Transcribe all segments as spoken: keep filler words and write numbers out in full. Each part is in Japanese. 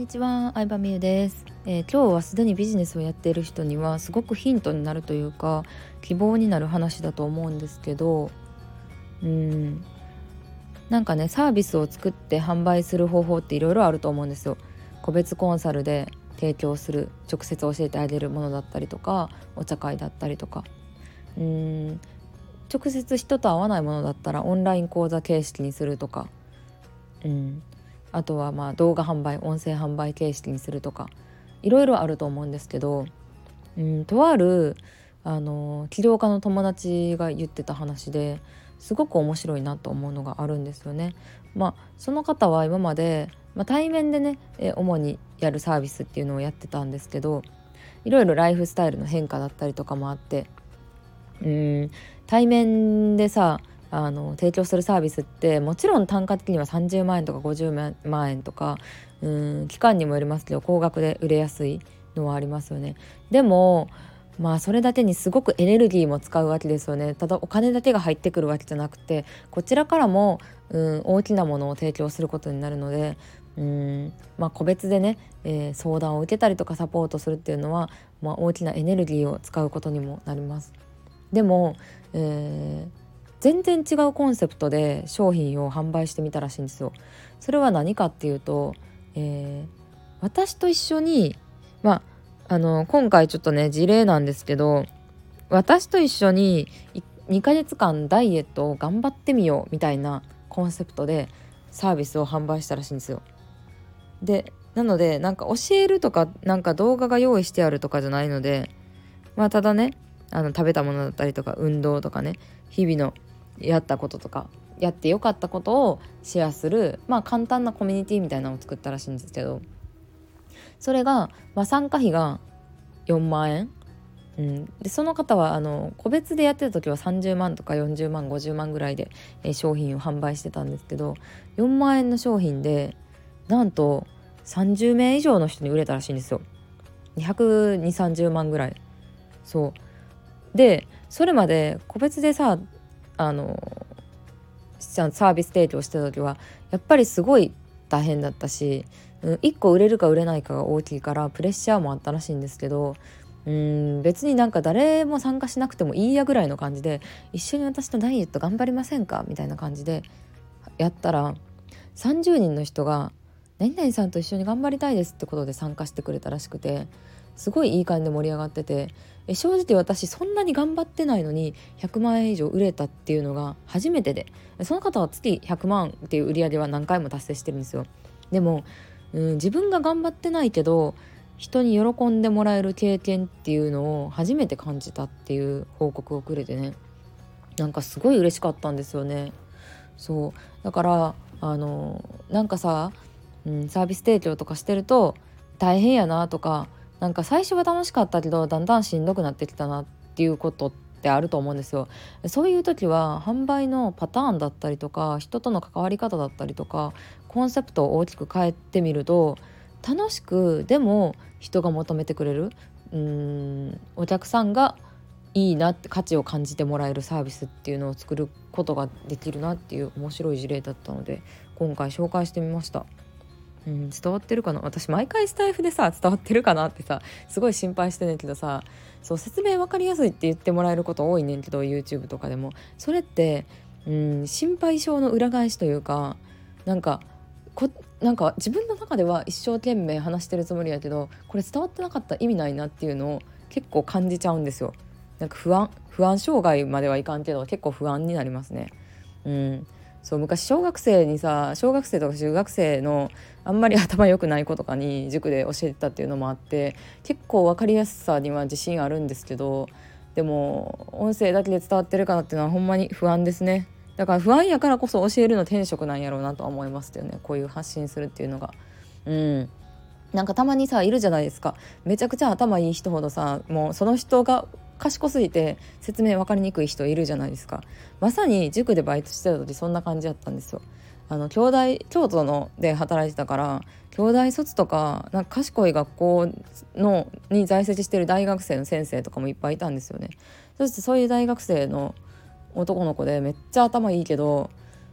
にちは、相葉美優です、えー、今日はすでにビジネスをやっている人にはすごくヒントになるというか希望になる話だと思うんですけど、うーんなんかねサービスを作って販売する方法っていろいろあると思うんですよ。個別コンサルで提供する、直接教えてあげるものだったりとか、お茶会だったりとか、うーん直接人と会わないものだったらオンライン講座形式にするとか、うんあとはまあ動画販売、音声販売形式にするとか、いろいろあると思うんですけど、うん、とあるあの起業家の友達が言ってた話ですごく面白いなと思うのがあるんですよね。まあ、その方は今まで、まあ、対面でね、え主にやるサービスっていうのをやってたんですけど、いろいろライフスタイルの変化だったりとかもあって、うん対面でさあの提供するサービスってもちろん単価的にはさんじゅうまんえんとかごじゅうまんえんとか、うん期間にもよりますけど高額で売れやすいのはありますよね。でもまあそれだけにすごくエネルギーも使うわけですよね。ただお金だけが入ってくるわけじゃなくて、こちらからもうん大きなものを提供することになるので、うんまあ個別でね、えー相談を受けたりとかサポートするっていうのは、まあ、大きなエネルギーを使うことにもなります。でも、えー全然違うコンセプトで商品を販売してみたらしいんですよ。それは何かっていうと、えー私と一緒に、まあ、あの今回ちょっとね事例なんですけど、私と一緒ににかげつかんダイエットを頑張ってみようみたいなコンセプトでサービスを販売したらしいんですよ。でなのでなんか教えるとかなんか動画が用意してあるとかじゃないので、まあただねあの食べたものだったりとか運動とかね、日々のやったこととかやってよかったことをシェアする、まあ簡単なコミュニティみたいなのを作ったらしいんですけど、それが、まあ、参加費がよんまんえん、うん、でその方はあの個別でやってた時はさんじゅうまんとかよんじゅうまんごじゅうまんぐらいで、えー商品を販売してたんですけど、よんまん円の商品でなんとさんじゅうめい以上の人に売れたらしいんですよ。ひゃくにじゅう、さんじゅうまんぐらい。そうでそれまで個別でさあのサービス提供してた時はやっぱりすごい大変だったし、うん、いっこ売れるか売れないかが大きいからプレッシャーもあったらしいんですけど、うん別になんか誰も参加しなくてもいいやぐらいの感じで、一緒に私とダイエット頑張りませんかみたいな感じでやったらさんじゅうにんの人が何々さんと一緒に頑張りたいですってことで参加してくれたらしくて、すごいいい感じで盛り上がってて、え正直私そんなに頑張ってないのにひゃくまんえん以上売れたっていうのが初めてで、その方は月ひゃくまんっていう売り上げは何回も達成してるんですよ。でも、うん、自分が頑張ってないけど人に喜んでもらえる経験っていうのを初めて感じたっていう報告をくれてね、なんかすごい嬉しかったんですよね。そうだからあのなんかさ、うん、サービス提供とかしてると大変やなとか、なんか最初は楽しかったけどだんだんしんどくなってきたなっていうことってあると思うんですよ。そういう時は販売のパターンだったりとか人との関わり方だったりとかコンセプトを大きく変えてみると、楽しくでも人が求めてくれる、うーんお客さんがいいなって価値を感じてもらえるサービスっていうのを作ることができるなっていう面白い事例だったので今回紹介してみました。うん、伝わってるかな。私毎回スタイフでさ伝わってるかなってさすごい心配してんねんけどさ、そう説明分かりやすいって言ってもらえること多いねんけど YouTube とかでもそれって、うん、心配性の裏返しというか、なんかこなんか自分の中では一生懸命話してるつもりやけどこれ伝わってなかったら意味ないなっていうのを結構感じちゃうんですよ。なんか不安不安障害まではいかんけど結構不安になりますね。うんそう昔小学生にさ小学生とか中学生のあんまり頭良くない子とかに塾で教えてたっていうのもあって結構分かりやすさには自信あるんですけど、でも音声だけで伝わってるかなっていうのはほんまに不安ですね。だから不安やからこそ教えるの天職なんやろうなとは思いますよね、こういう発信するっていうのが。うんなんかたまにさいるじゃないですか、めちゃくちゃ頭いい人ほどさもうその人が賢すぎて説明分かりにくい人いるじゃないですか。まさに塾でバイトしてた時そんな感じだったんですよ。あの兄弟京都ので働いてたから兄弟卒とか、なんか賢い学校のに在籍してる大学生の先生とかもいっぱいいたんですよね。そしてそういう大学生の男の子でめっちゃ頭いいけど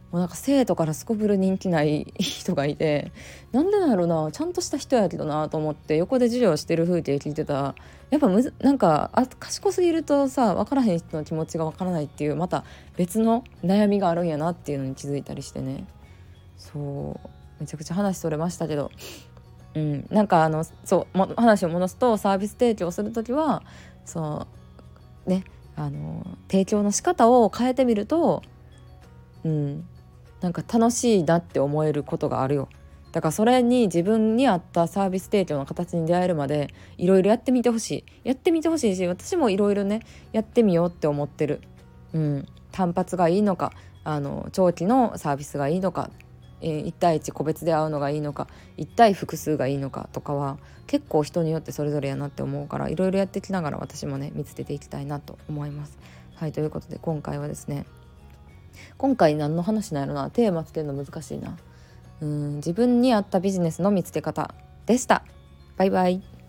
もうなんか生徒からすこぶる人気ない人がいて、なんでなんやろな、ちゃんとした人やけどなと思って横で授業してる風景聞いてたら、やっぱむずなんかあ賢すぎるとさ、分からへん人の気持ちが分からないっていう、また別の悩みがあるんやなっていうのに気づいたりしてね。そうめちゃくちゃ話それましたけど、うん、なんかあのそうも話を戻すと、サービス提供するときはそうね、あの提供の仕方を変えてみると、うん、なんか楽しいなって思えることがあるよ。だからそれに自分に合ったサービス提供の形に出会えるまでいろいろやってみてほしいやってみてほしいし、私もいろいろねやってみようって思ってる。うん、単発がいいのか、あの長期のサービスがいいのか、えー、いち対いち個別で会うのがいいのか、いち対複数がいいのかとかは結構人によってそれぞれやなって思うから、いろいろやってきながら私もね見つけていきたいなと思います。はい、ということで今回はですね、今回何の話なんやろな、テーマつけるの難しいな。うん、自分に合ったビジネスの見つけ方でした。バイバイ。